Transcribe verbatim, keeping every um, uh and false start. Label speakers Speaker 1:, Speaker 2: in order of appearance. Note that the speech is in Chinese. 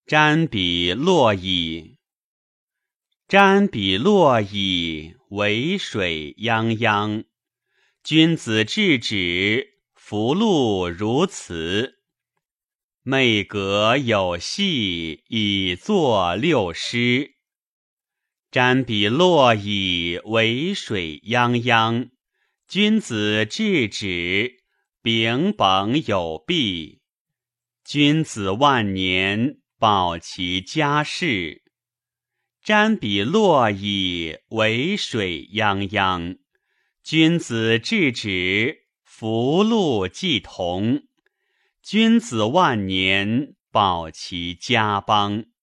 Speaker 1: 瞻彼洛矣。瞻彼洛矣，为水泱泱。君子制止，福禄如此。昧革有戏，以作六诗。瞻彼洛矣，为水泱泱。君子制止，秉本有弊。君子万年，保其家室。瞻彼洛矣，为水泱泱。君子制止，福禄既同。君子万年，保其家邦。